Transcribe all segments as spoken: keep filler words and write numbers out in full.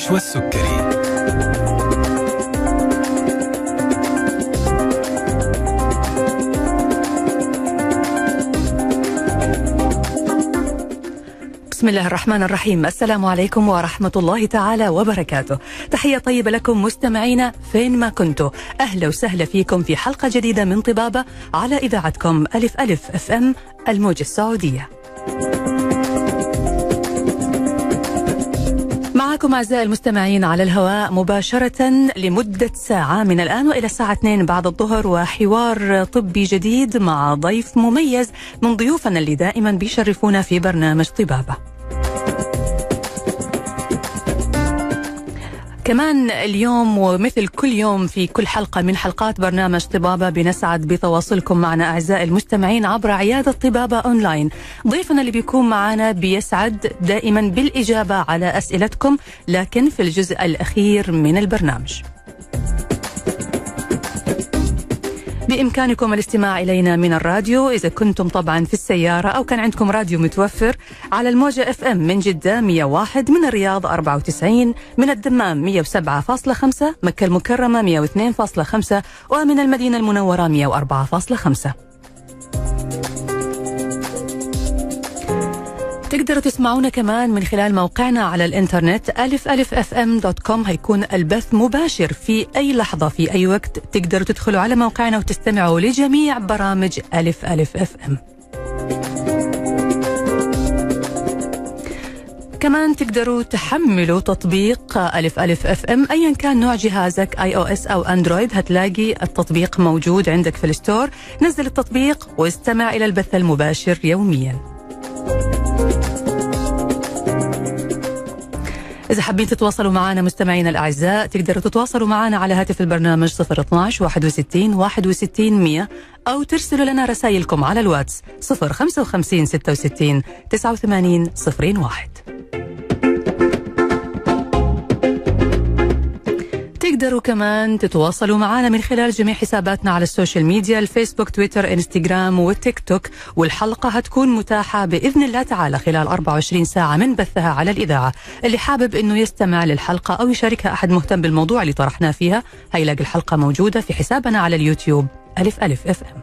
النشوى السكري. بسم الله الرحمن الرحيم. السلام عليكم ورحمة الله تعالى وبركاته. تحية طيبة لكم مستمعينا فين ما كنتوا. أهلا وسهلا فيكم في حلقة جديدة من طبابة على إذاعتكم ألف ألف اف ام الموجة السعودية. معكم أعزائي المستمعين على الهواء مباشرة لمدة ساعة من الآن وإلى الساعة اثنين بعد الظهر، وحوار طبي جديد مع ضيف مميز من ضيوفنا اللي دائما بيشرفونا في برنامج طبابة. كمان اليوم ومثل كل يوم في كل حلقة من حلقات برنامج طبابة بنسعد بتواصلكم معنا أعزائي المستمعين عبر عيادة طبابة أونلاين. ضيفنا اللي بيكون معنا بيسعد دائما بالإجابة على أسئلتكم، لكن في الجزء الأخير من البرنامج بإمكانكم الاستماع إلينا من الراديو إذا كنتم طبعا في السيارة أو كان عندكم راديو متوفر على الموجة اف ام من جدة مية وواحد، من الرياض أربعة وتسعين، من الدمام مية وسبعة فاصلة خمسة، مكة المكرمة مية واثنين فاصلة خمسة، ومن المدينة المنورة مية وأربعة فاصلة خمسة. تقدروا تسمعونا كمان من خلال موقعنا على الانترنت ألف ألف اف ام دوت كوم. هيكون البث مباشر في أي لحظة في أي وقت. تقدروا تدخلوا على موقعنا وتستمعوا لجميع برامج ألف ألف اف ام. كمان تقدروا تحملوا تطبيق ألف ألف اف ام أيا كان نوع جهازك، اي او اس او اندرويد. هتلاقي التطبيق موجود عندك في الستور. نزل التطبيق واستمع إلى البث المباشر يوميا. إذا حابين تتواصلوا معنا مستمعينا الأعزاء تقدروا تتواصلوا معنا على هاتف البرنامج صفر اثناش واحد وستين واحد وستين مية، أو ترسلوا لنا رسائلكم على الواتس صفر خمسة وخمسين ستة وستين تسعة وثمانين صفر واحد. تقدروا كمان تتواصلوا معنا من خلال جميع حساباتنا على السوشيال ميديا، الفيسبوك، تويتر، انستغرام والتيك توك. والحلقة هتكون متاحة بإذن الله تعالى خلال أربعة وعشرين ساعة من بثها على الإذاعة. اللي حابب إنه يستمع للحلقة أو يشاركها أحد مهتم بالموضوع اللي طرحناه فيها هيلاقي الحلقة موجودة في حسابنا على اليوتيوب ألف ألف اف ام.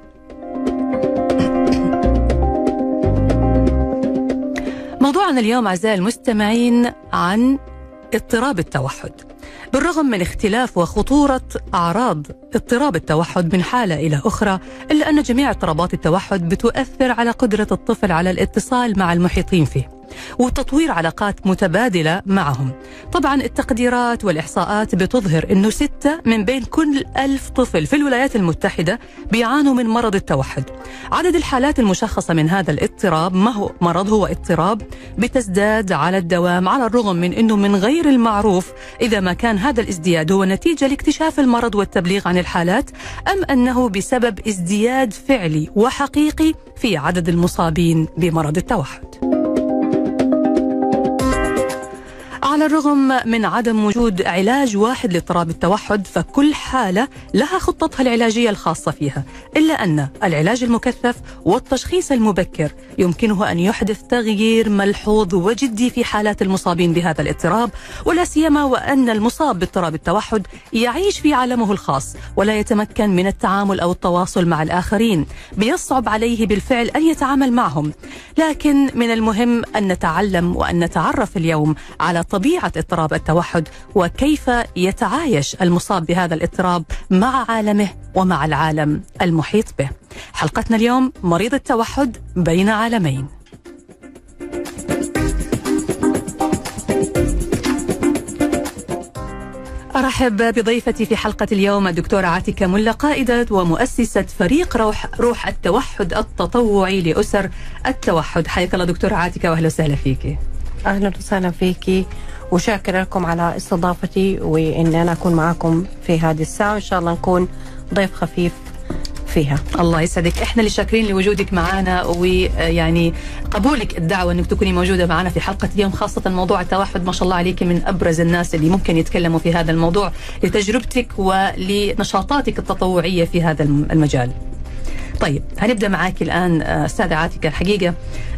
موضوعنا اليوم أعزائي المستمعين عن اضطراب التوحد. بالرغم من اختلاف وخطورة أعراض اضطراب التوحد من حالة إلى أخرى، إلا أن جميع اضطرابات التوحد بتؤثر على قدرة الطفل على الاتصال مع المحيطين فيه وتطوير علاقات متبادلة معهم. طبعا التقديرات والإحصاءات بتظهر أنه ستة من بين كل ألف طفل في الولايات المتحدة بيعانوا من مرض التوحد. عدد الحالات المشخصة من هذا الاضطراب، ما هو مرض، هو اضطراب، بتزداد على الدوام، على الرغم من أنه من غير المعروف إذا ما كان هذا الازدياد هو نتيجة لاكتشاف المرض والتبليغ عن الحالات، أم أنه بسبب ازدياد فعلي وحقيقي في عدد المصابين بمرض التوحد. على الرغم من عدم وجود علاج واحد لاضطراب التوحد، فكل حالة لها خطتها العلاجية الخاصة فيها، إلا أن العلاج المكثف والتشخيص المبكر يمكنه أن يحدث تغيير ملحوظ وجدي في حالات المصابين بهذا الاضطراب، ولا سيما وأن المصاب باضطراب التوحد يعيش في عالمه الخاص ولا يتمكن من التعامل أو التواصل مع الآخرين، بيصعب عليه بالفعل أن يتعامل معهم. لكن من المهم أن نتعلم وأن نتعرف اليوم على طبيعة اضطراب التوحد وكيف يتعايش المصاب بهذا الاضطراب مع عالمه ومع العالم المحيط به. حلقتنا اليوم مريض التوحد بين عالمين. أرحب بضيفتي في حلقة اليوم الدكتورة عاتكة ملا، قائدة ومؤسسة فريق روح, روح التوحد التطوعي لأسر التوحد. حياك الله دكتورة عاتكة وأهلا وسهلا فيكي. أهلا وسهلا فيكي وشاكرة لكم على استضافتي وإن أنا أكون معكم في هذه الساعة، وإن شاء الله نكون ضيف خفيف فيها. الله يسعدك، احنا اللي شاكرين لوجودك معنا ويعني قبولك الدعوة انك تكوني موجودة معنا في حلقة اليوم، خاصة موضوع التوحد ما شاء الله عليك من ابرز الناس اللي ممكن يتكلموا في هذا الموضوع لتجربتك ولنشاطاتك التطوعية في هذا المجال. طيب هنبدأ معاك الآن أستاذة عاتكة. الحقيقة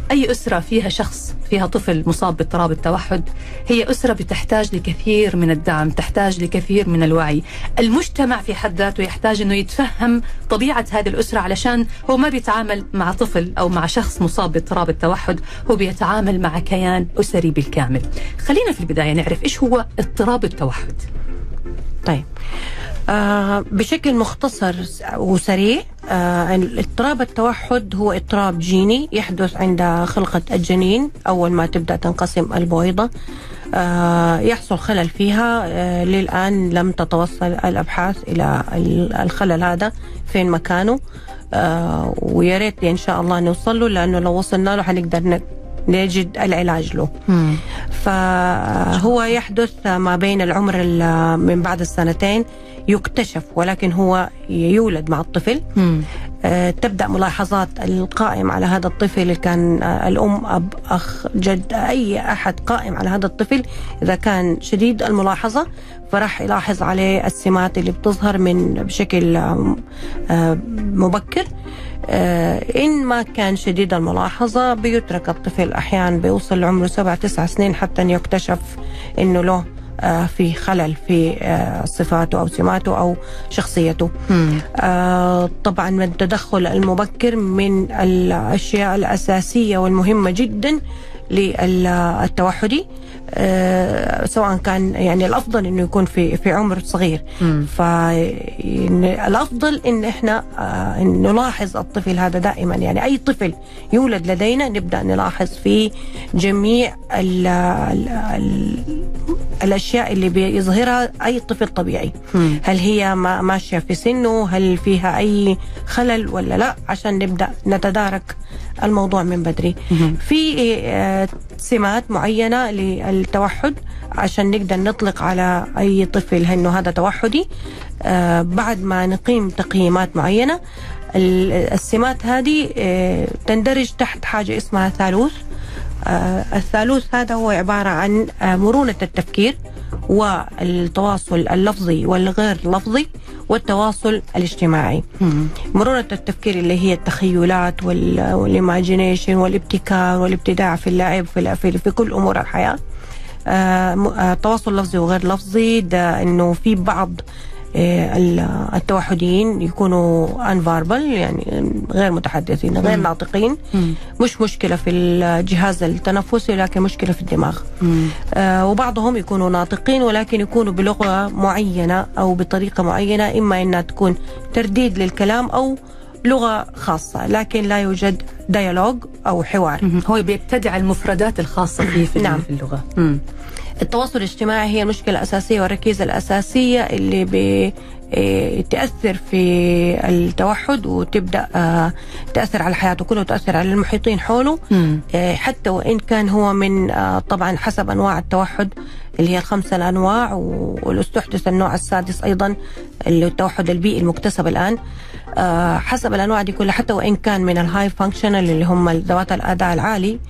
أي أسرة فيها شخص فيها طفل مصاب باضطراب التوحد هي أسرة بتحتاج لكثير من الدعم، تحتاج لكثير من الوعي. المجتمع في حد ذاته يحتاج أنه يتفهم طبيعة هذه الأسرة، علشان هو ما بيتعامل مع طفل أو مع شخص مصاب باضطراب التوحد، هو بيتعامل مع كيان أسري بالكامل. خلينا في البداية نعرف إيش هو اضطراب التوحد. طيب، آه بشكل مختصر وسريع، آه اضطراب التوحد هو اضطراب جيني يحدث عند خلقة الجنين أول ما تبدأ تنقسم البويضة. آه يحصل خلل فيها. آه للآن لم تتوصل الأبحاث إلى الخلل هذا فين مكانه، آه ويا ريت إن شاء الله نوصل له، لأنه لو وصلنا له حنقدر نجد العلاج له. مم. فهو يحدث ما بين العمر من بعد السنتين يكتشف، ولكن هو يولد مع الطفل. آه تبدأ ملاحظات القائم على هذا الطفل، اللي كان آه الأم أب أخ جد أي أحد قائم على هذا الطفل، إذا كان شديد الملاحظة فراح يلاحظ عليه السمات اللي بتظهر من بشكل آه آه مبكر. آه إن ما كان شديد الملاحظة بيترك الطفل، أحيانا بيوصل لعمره سبع تسع سنين حتى يكتشف إنه له آه في خلل في آه صفاته أو سماته أو شخصيته. آه طبعا من التدخل المبكر من الأشياء الأساسية والمهمة جدا للتوحدي، آه سواء كان يعني الأفضل إنه يكون في في عمر صغير. فالأفضل إن إحنا آه نلاحظ الطفل هذا دائما، يعني أي طفل يولد لدينا نبدأ نلاحظ فيه جميع ال ال ال الأشياء اللي بيظهرها أي طفل طبيعي. مم. هل هي ماشية في سنه، هل فيها أي خلل ولا لا، عشان نبدأ نتدارك الموضوع من بدري. مم. في آه سمات معينة للتوحد عشان نقدر نطلق على أي طفل إنه هذا توحدي. آه بعد ما نقيم تقييمات معينة، السمات هذه آه تندرج تحت حاجة اسمها ثالوث. آه الثالوث هذا هو عبارة عن آه مرونة التفكير والتواصل اللفظي والغير لفظي والتواصل الاجتماعي. مم. مرونة التفكير اللي هي التخيلات والإيماجينيشن والابتكار والابتداع في اللعب في, في, في كل أمور الحياة. آه تواصل لفظي وغير لفظي، ده إنه في بعض التوحديين يكونوا unverbal، يعني غير متحدثين غير ناطقين. مم. مش مشكلة في الجهاز التنفسي لكن مشكلة في الدماغ. آه وبعضهم يكونوا ناطقين ولكن يكونوا بلغة معينة أو بطريقة معينة، إما إنها تكون ترديد للكلام أو لغة خاصة، لكن لا يوجد ديالوج أو حوار. مم. هو بيبتدع المفردات الخاصة فيه في, نعم. في اللغة. مم. التواصل الاجتماعي هي المشكلة الأساسية والركيزة الأساسية اللي بتأثر في التوحد وتبدأ تأثر على حياته كله وتأثر على المحيطين حوله. مم. حتى وإن كان هو من طبعا حسب أنواع التوحد اللي هي الخمسة الأنواع، والاستحدث النوع السادس أيضا اللي هو التوحد البيئي المكتسب الآن. حسب الأنواع دي كلها، حتى وإن كان من الهاي فانكشنال اللي هم ذوات الأداء العالي،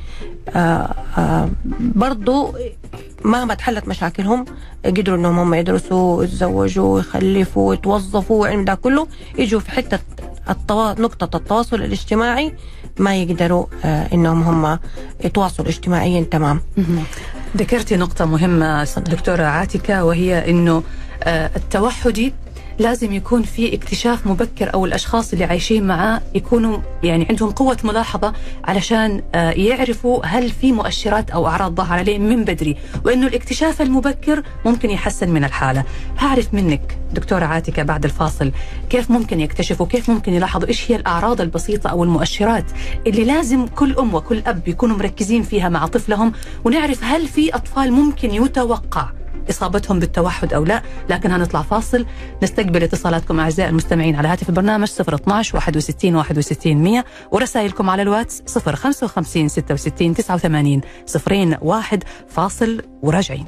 برضو مهما تحلت مشاكلهم قدروا انهم هم يدرسوا يتزوجوا يخلفوا يتوظفوا وعلم ده كله، يجوا في حتة التوا... نقطة التواصل الاجتماعي ما يقدروا آه انهم هم يتواصلوا اجتماعيا. تمام. ذكرتي نقطة مهمة دكتورة عاتكة، وهي انه آه التوحدي لازم يكون في اكتشاف مبكر، أو الأشخاص اللي عايشين معاه يكونوا يعني عندهم قوة ملاحظة علشان يعرفوا هل في مؤشرات أو أعراض ظاهرة عليه من بدري، وإنه الاكتشاف المبكر ممكن يحسن من الحالة. هعرف منك دكتورة عاتكة بعد الفاصل كيف ممكن يكتشفوا، كيف ممكن يلاحظوا إيش هي الأعراض البسيطة أو المؤشرات اللي لازم كل أم وكل أب يكونوا مركزين فيها مع طفلهم، ونعرف هل في أطفال ممكن يتوقع إصابتهم بالتوحد أو لا. لكن هنطلع فاصل، نستقبل اتصالاتكم أعزائي المستمعين على هاتف البرنامج صفر اثناش واحد وستين واحد وستين مية، ورسائلكم على الواتس صفر خمسة وخمسين ستة وستين تسعة وثمانين صفرين واحد. فاصل وراجعين.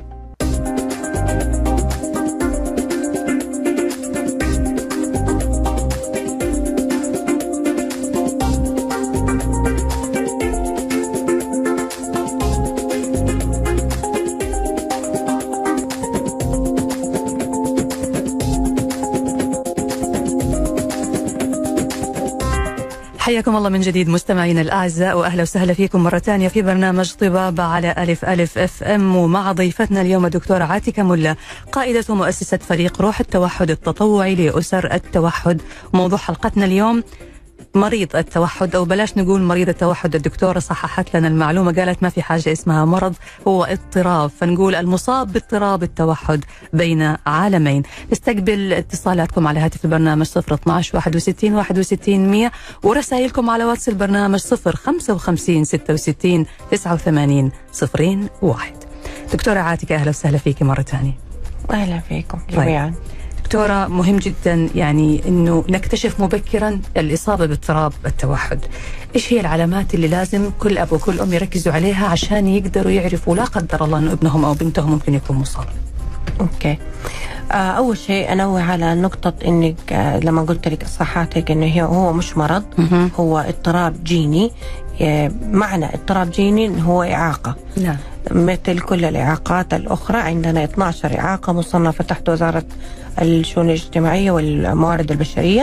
حياكم الله من جديد مستمعينا الأعزاء، وأهلا وسهلا فيكم مرة ثانية في برنامج طبابة على ألف ألف اف ام، ومع ضيفتنا اليوم الدكتورة عاتكة ملا، قائدة ومؤسسة فريق روح التوحد التطوعي لأسر التوحد. موضوع حلقتنا اليوم مريض التوحد، أو بلاش نقول مريض التوحد، الدكتورة صححت لنا المعلومة، قالت ما في حاجة اسمها مرض، هو اضطراب، فنقول المصاب باضطراب التوحد بين عالمين. نستقبل اتصالاتكم على هاتف البرنامج صفر اثناش واحد وستين واحد وستين مية، ورسائلكم على واتس البرنامج صفر خمسة وخمسين ستة وستين تسعة وثمانين صفرين واحد. دكتورة عاتكة أهلا وسهلا فيك مرة ثانية. أهلا فيكم جميعا. طيب. دكتورة، مهم جدا يعني أنه نكتشف مبكرا الإصابة باضطراب التوحد. إيش هي العلامات اللي لازم كل أب وكل أم يركزوا عليها عشان يقدروا يعرفوا لا قدر الله أنه ابنهم أو بنتهم ممكن يكون مصاب؟ أوكي. آه أول شيء أنوه على نقطة إنك آه لما قلت لك صحاتك إنه هي هو مش مرض، م- هو اضطراب جيني. آه معنى اضطراب جيني هو إعاقة. نعم. مثل كل الإعاقات الأخرى، عندنا اثنتي عشرة إعاقة مصنفة تحت وزارة الشؤون الاجتماعية والموارد البشرية.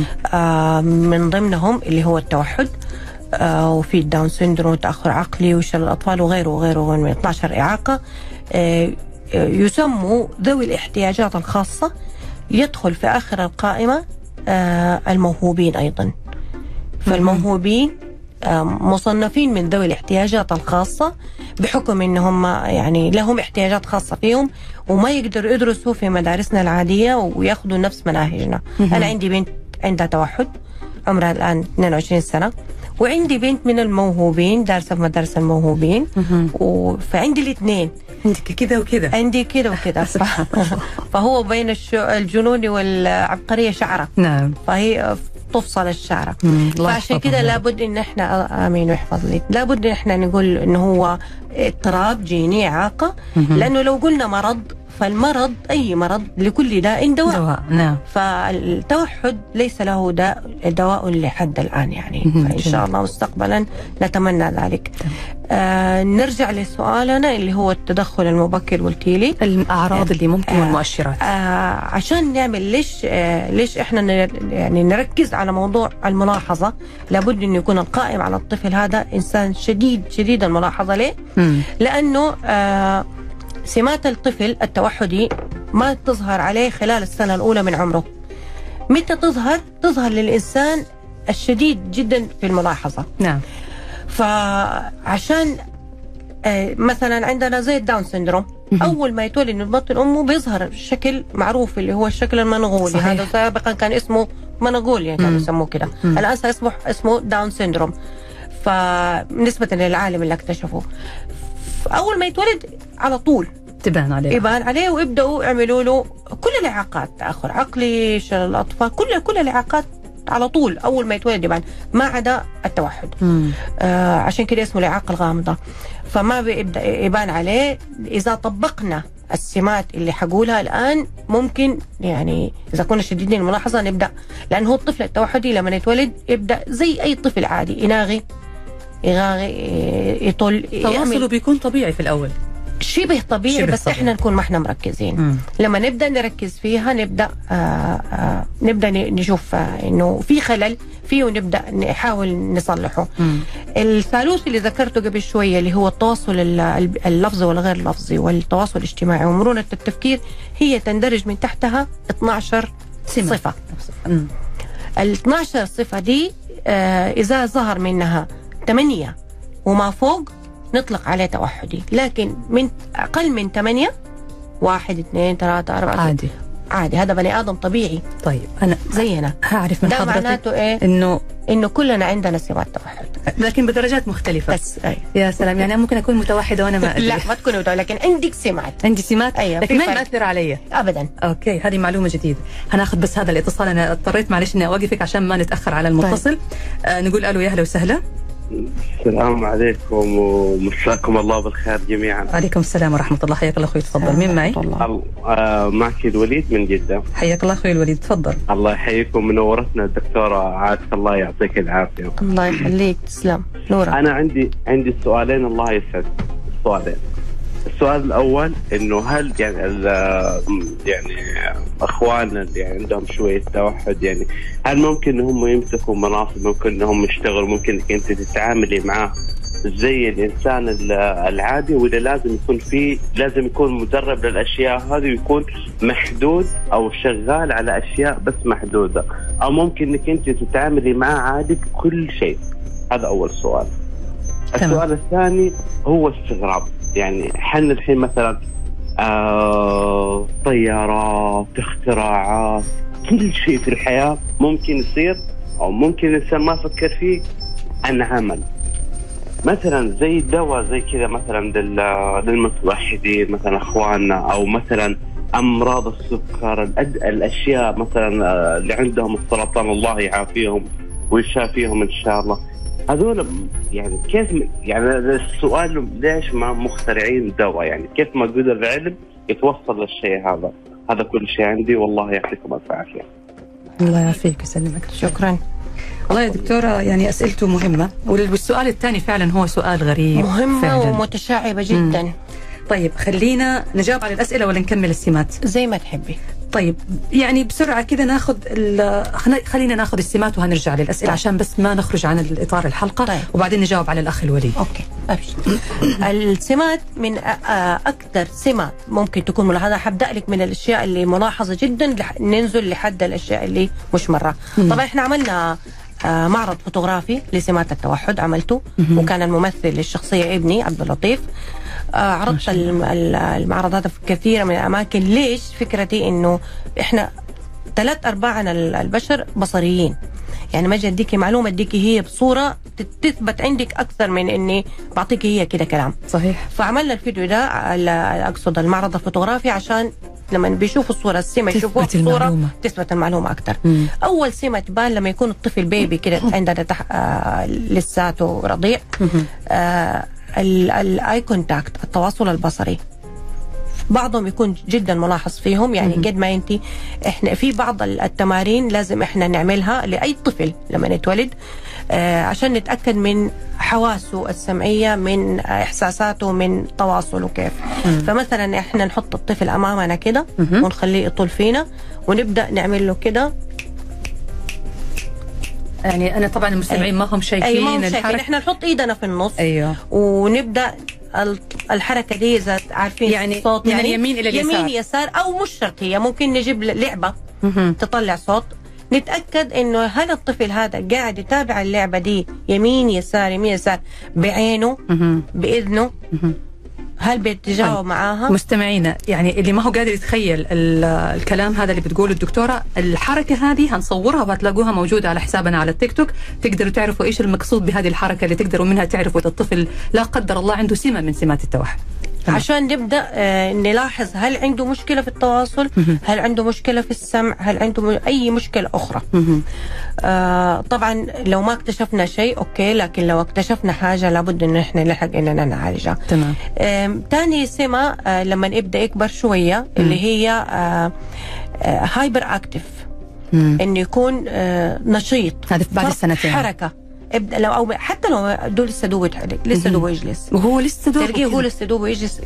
آه من ضمنهم اللي هو التوحد، آه وفي الداون سيندروم وتأخر عقلي وشلل الأطفال وغيره وغيره من اثنتي عشرة إعاقة. آه يسموا ذوي الاحتياجات الخاصة. يدخل في آخر القائمة آه الموهوبين أيضا. فالموهوبين آه مصنفين من ذوي الاحتياجات الخاصة بحكم إنهم يعني لهم احتياجات خاصة فيهم وما يقدروا يدرسوا في مدارسنا العادية ويأخذوا نفس مناهجنا. أنا عندي بنت عندها توحد عمرها الآن اثنين وعشرين سنة، وعندي بنت من الموهوبين دارسة في مدارس الموهوبين، فعندي الاثنين. عندك كذا وكذا. عندي كذا وكذا. فهو بين الجنون والعبقرية شعرة. نعم. فهي تفصل الشعرة. فعشان كده لابد ان احنا امين ويحفظ لي لابد ان احنا نقول انه هو اضطراب جيني إعاقة، لانه لو قلنا مرض فالمرض أي مرض لكل داء دواء. دواء. نعم. فالتوحد ليس له داء دواء لحد الآن يعني. فإن شاء الله مستقبلا نتمنى ذلك. آه نرجع لسؤالنا اللي هو التدخل المبكر والتيلي، الأعراض اللي ممكن آه والمؤشرات. آه عشان نعمل ليش آه ليش إحنا يعني نركز على موضوع الملاحظة. لابد أن يكون القائم على الطفل هذا إنسان شديد شديد الملاحظة. ليه؟ م. لأنه آه سمات الطفل التوحدي ما تظهر عليه خلال السنة الأولى من عمره. متى تظهر؟ تظهر للإنسان الشديد جدا في الملاحظة. نعم. فعشان آه مثلا عندنا زي الداون سيندروم، أول ما يتولد من بطن أمه بيظهر شكل معروف اللي هو الشكل المنغولي. صحيح. هذا سابقا كان اسمه منغولي يعني كانوا يسموه كده، الآن اسمه اسمه داون سيندروم. فنسبة للعالم اللي اكتشفوه، أول ما يتولد على طول تبان عليه يبان عليه ويبدأوا يعملوا له كل الإعاقات، تأخر عقلي، شلل الأطفال، كل كل الإعاقات على طول أول ما يتولد يبان، ما عدا التوحد. آه عشان كده اسمه الإعاقة الغامضة. فما بيبدأ يبان عليه. إذا طبقنا السمات اللي حقولها الآن ممكن يعني إذا كنا شديدين الملاحظة نبدأ، لأن هو الطفل التوحدي لما يتولد يبدأ زي أي طفل عادي، يناغي يغاغي يطل، تواصله بيكون طبيعي في الأول، شبه طبيعي، شبه بس طبيعي. احنا نكون ما احنا مركزين. مم. لما نبدا نركز فيها نبدا آآ آآ نبدا نشوف انه في خلل فيه ونبدا نحاول نصلحه. مم. الثالوث اللي ذكرته قبل شويه اللي هو التواصل اللفظي والغير لفظي والتواصل الاجتماعي ومرونه التفكير، هي تندرج من تحتها اثنتي عشرة صفه. ال اثنتي عشرة صفه دي اذا ظهر منها ثمانية وما فوق نطلق عليه توحدي، لكن من أقل من ثمانية واحد اثنين ثلاثة أربعة عادي عادي، هذا بني آدم طبيعي. طيب أنا زينا هعرف من حضرتك ده معناته إيه؟ إنه إنه كلنا عندنا سمات توحد لكن بدرجات مختلفة بس. أي. يا سلام، يعني ممكن أكون متوحدة وأنا ما أدري. لا ما تكوني متوحدة لكن عندك سمات. عندي سمات أيوة. لكن ما يؤثر علي أبدا. أوكي، هذه معلومة جديدة. هناخذ بس هذا الاتصال، أنا اضطريت معلش إني أوقفك عشان ما نتأخر على المتصل. طيب. آه نقول ألو، يا أهلا وسهلا. السلام عليكم ومساكم الله بالخير جميعا. عليكم السلام ورحمة الله. حياك الله أخوي، تفضل. مين معي؟ آه معك الوليد من جدة. حياك الله أخوي الوليد، تفضل. الله يحييكم، منورتنا الدكتورة عاتكة، الله يعطيك العافية. الله يخليك، تسلم، نورك. أنا عندي عندي سؤالين، الله يسعد. السؤالين السؤال الأول إنه هل يعني يعني أخواننا اللي عندهم شوية توحد يعني هل ممكن إنهم يمسكوا مناصب، ممكن إنهم يشتغلوا، ممكن إنك أنت تتعاملي معاه زي الإنسان العادي، ولا لازم يكون فيه لازم يكون مدرب للأشياء هذه ويكون محدود أو شغال على أشياء بس محدودة، أو ممكن إنك أنت تتعاملي معاه عادي بكل شيء؟ هذا أول سؤال. تمام. السؤال الثاني هو استغراب، يعني حنا الحين مثلا آه طيارات، اختراعات، كل شيء في الحياة ممكن يصير أو ممكن الإنسان ما فكر فيه عن عمل. مثلا زي الدواء زي كذا مثلا للمتوحدين مثلا اخواننا، او مثلا امراض السكر، الاشياء مثلا اللي عندهم السرطان الله يعافيهم ويشافيهم ان شاء الله. هذول يعني كيف يعني السؤال ليش ما مخترعين دواء؟ يعني كيف ما قدر العلم يتوصل للشيء هذا؟ هذا كل شيء عندي، والله يعطيكم الف عافيه. الله يعافيك ويسلمك. شكرا. والله يا دكتورة يعني أسئلته مهمة، والسؤال الثاني فعلا هو سؤال غريب مهمة فعلاً. ومتشعبة جدا. مم. طيب خلينا نجاوب على الأسئلة ولا نكمل السمات؟ زي ما تحبي. طيب يعني بسرعة كذا ناخذ خلينا ناخذ السمات وهنرجع للأسئلة. طيب. عشان بس ما نخرج عن الإطار الحلقة. طيب. وبعدين نجاوب على الأخ الولي. أوكي أبشر. السمات من أكثر سمة ممكن تكون ملاحظة. حبدأ لك من الأشياء اللي ملاحظة جدا، ننزل لحد الأشياء اللي مش مرة. مم. طبعا إحنا عملنا معرض فوتوغرافي لسمات التوحد عملته، وكان الممثل للشخصية ابني عبد اللطيف. عرضت المعرض هذا في كثير من الأماكن. ليش؟ فكرتي إنه إحنا ثلاث أرباعنا البشر بصريين، يعني ما أجي أديكي معلومة أديكي هي بصورة تثبت عندك أكثر من إني بعطيكي هي كده كلام. صحيح. فعملنا الفيديو ده، أقصد المعرض الفوتوغرافي، عشان لما بيشوفوا الصورة السمة يشوفوا الصورة تثبت المعلومة أكتر. مم. أول سمة تبان لما يكون الطفل بيبي كده عندنا تح... آه لساته رضيع، آه الاي كونتاكت، التواصل البصري. بعضهم يكون جدا ملاحظ فيهم، يعني قد ما انت احنا في بعض التمارين لازم احنا نعملها لاي طفل لما يتولد، آه عشان نتاكد من حواسه السمعيه، من احساساته، من تواصله كيف. مم. فمثلا احنا نحط الطفل امامنا كده ونخليه يطول فينا، ونبدا نعمل له كده. يعني انا طبعا المستمعين ما هم شايفين. أي ما هم شايفين. احنا نحط ايدنا في النص. ايوه. ونبدا الحركه دي اذا عارفين يعني صوت من يعني اليمين الى اليسار. يمين يسار، او مش شرط هي، ممكن نجيب لعبه مه. تطلع صوت، نتاكد انه هل الطفل هذا قاعد يتابع اللعبه دي يمين يسار يمين يسار بعينه مه. باذنه مه. هل بيتجاوب طيب. معاها؟ مستمعينا يعني اللي ما هو قادر يتخيل الكلام هذا اللي بتقوله الدكتورة، الحركة هذه هنصورها وهتلاقوها موجودة على حسابنا على التيك توك، تقدروا تعرفوا ايش المقصود بهذه الحركة اللي تقدروا منها تعرفوا الطفل لا قدر الله عنده سمة من سمات التوحد. عشان نبدأ آه نلاحظ هل عنده مشكلة في التواصل، هل عنده مشكلة في السمع، هل عنده أي مشكلة أخرى. آه طبعا لو ما اكتشفنا شيء أوكي، لكن لو اكتشفنا حاجة لابد إن إحنا نلحق إننا نعالجها. تمام. آه تاني سمة آه لما يبدأ يكبر شوية اللي هي آه آه هايبر أكتف، إنه يكون آه نشيط. هذا بعد السنتين. حركة ابدا لو او حتى لو دول لسه دوب لسه دوب يجلس، وهو لسه دوب تلاقيه هو لسه دوب يجلس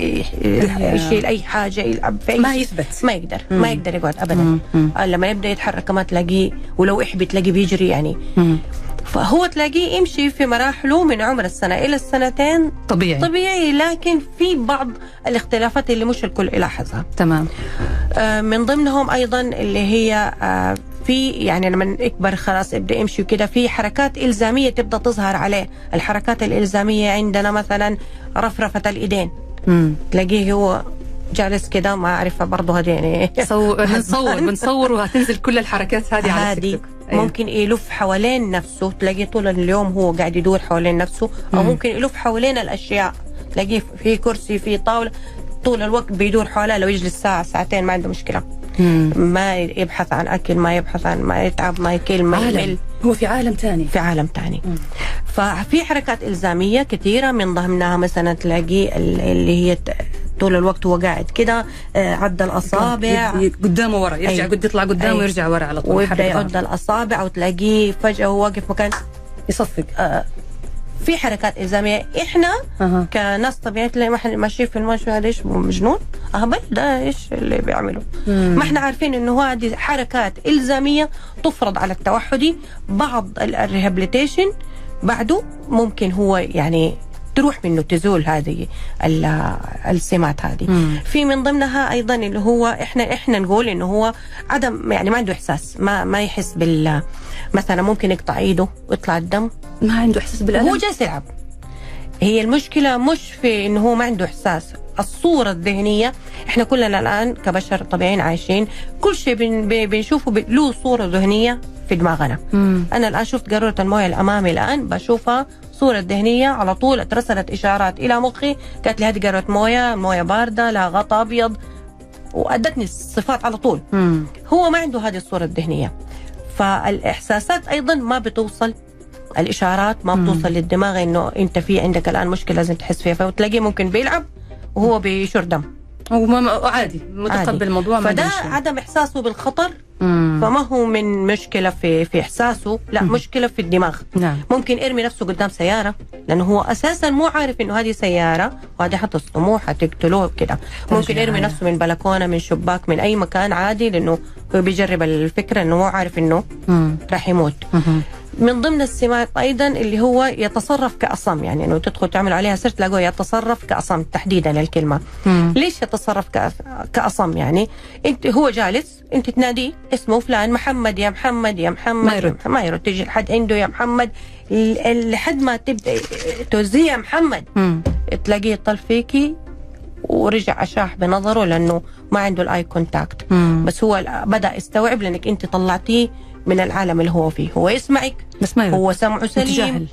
يشيل اي حاجه، يلعب في أي ما يثبت، ما يقدر مم. ما يقدر يقعد ابدا. لما يبدا يتحرك ما تلاقيه، ولو احبي تلاقيه بيجري يعني. مم. فهو تلاقيه يمشي في مراحله من عمر السنه الى السنتين طبيعي طبيعي، لكن في بعض الاختلافات اللي مش الكل يلاحظها. تمام. آه من ضمنهم ايضا اللي هي آه في يعني لما يكبر خلاص يبدا يمشي وكده، في حركات الزاميه تبدا تظهر عليه. الحركات الالزاميه عندنا مثلا رفرفه الايدين، امم تلاقيه هو جالس كده، ما اعرفها برضه هذه يعني بنصور بنصور وهتنزل كل الحركات هذه على التيك توك. ممكن يلف حوالين نفسه، تلاقيه طول اليوم هو قاعد يدور حوالين نفسه، او مم. ممكن يلف حوالين الاشياء، تلاقيه في كرسي في طاوله طول الوقت بيدور حواليه، لو يجلس ساعه ساعتين ما عنده مشكله. مم. ما يبحث عن أكل، ما يبحث عن ما يتعب، ما يكل، ما يمل، هو في عالم تاني في عالم تاني. مم. ففي حركات إلزامية كثيرة، من ضمنها مثلا تلاقيه اللي هي طول الوقت هو قاعد كده عد الأصابع قدامه ورا، يرجع قد يطلع قدامه ويرجع ورا على طول، ويبدأ يعد الأصابع، أو تلاقيه فجأة هو واقف مكان يصفق. آه في حركات إلزامية إحنا أه. كناس طبيعية اللي ما احنا ماشيين في المشي، هذا إيش مجنون أهبل ده إيش اللي بيعمله. ما احنا عارفين إنه هذه حركات إلزامية تفرض على التوحدي. بعض الريهابيليتيشن بعده ممكن هو يعني تروح منه، تزول هذه السمات هذه. مم. في من ضمنها ايضا اللي هو احنا احنا نقول انه هو عدم يعني ما عنده احساس، ما ما يحس بال مثلا ممكن يقطع ايده ويطلع الدم، ما عنده احساس بالالم، هو جالس يلعب. هي المشكله مش في انه هو ما عنده احساس، الصوره الذهنيه. احنا كلنا الان كبشر طبيعيين عايشين، كل شيء بن بنشوفه له صوره ذهنيه في دماغنا. مم. انا الان شفت قاروره المويه الامامي، الان بشوفها صورة ذهنية على طول، اترسلت إشارات إلى مخي، قالت لي هذه قارورة موية، موية باردة، لها غطاء أبيض، وأدتني الصفات على طول. مم. هو ما عنده هذه الصورة الذهنية، فالإحساسات أيضا ما بتوصل، الإشارات ما بتوصل مم. للدماغ إنه أنت في عندك الآن مشكلة لازم تحس فيها، فتلاقيه ممكن بيلعب وهو بيشر دم وعادي متقبل الموضوع. فده عدم إحساسه بالخطر. مم. فما هو من مشكلة في في إحساسه، لا مم. مشكلة في الدماغ. نعم. ممكن يرمي نفسه قدام سيارة لأنه هو أساسا مو عارف إنه هذه سيارة وهذه حتصدموه حتقتلوه كده. ممكن يرمي نفسه من بلكونة، من شباك، من أي مكان عادي، لأنه هو بيجرب الفكرة إنه مو عارف إنه مم. راح يموت. مم. من ضمن السمات أيضا اللي هو يتصرف كأصم، يعني إنه تدخل تعمل عليها سيرش تلاقوه يتصرف كأصم تحديدا للكلمة. مم. ليش يتصرف كأصم؟ يعني أنت هو جالس، أنت تناديه اسمه فلان، محمد يا محمد يا محمد، ما يرد, ما يرد. تيجي لحد عنده يا محمد، لحد ما تبدأ توزيه يا محمد. مم. تلاقيه يطل فيكي ورجع أشاح بنظره لأنه ما عنده الآي كونتاكت. بس هو بدأ يستوعب لأنك أنت طلعتيه من العالم اللي هو فيه. هو يسمعك بس ما هو سمعه سليم متجاهل.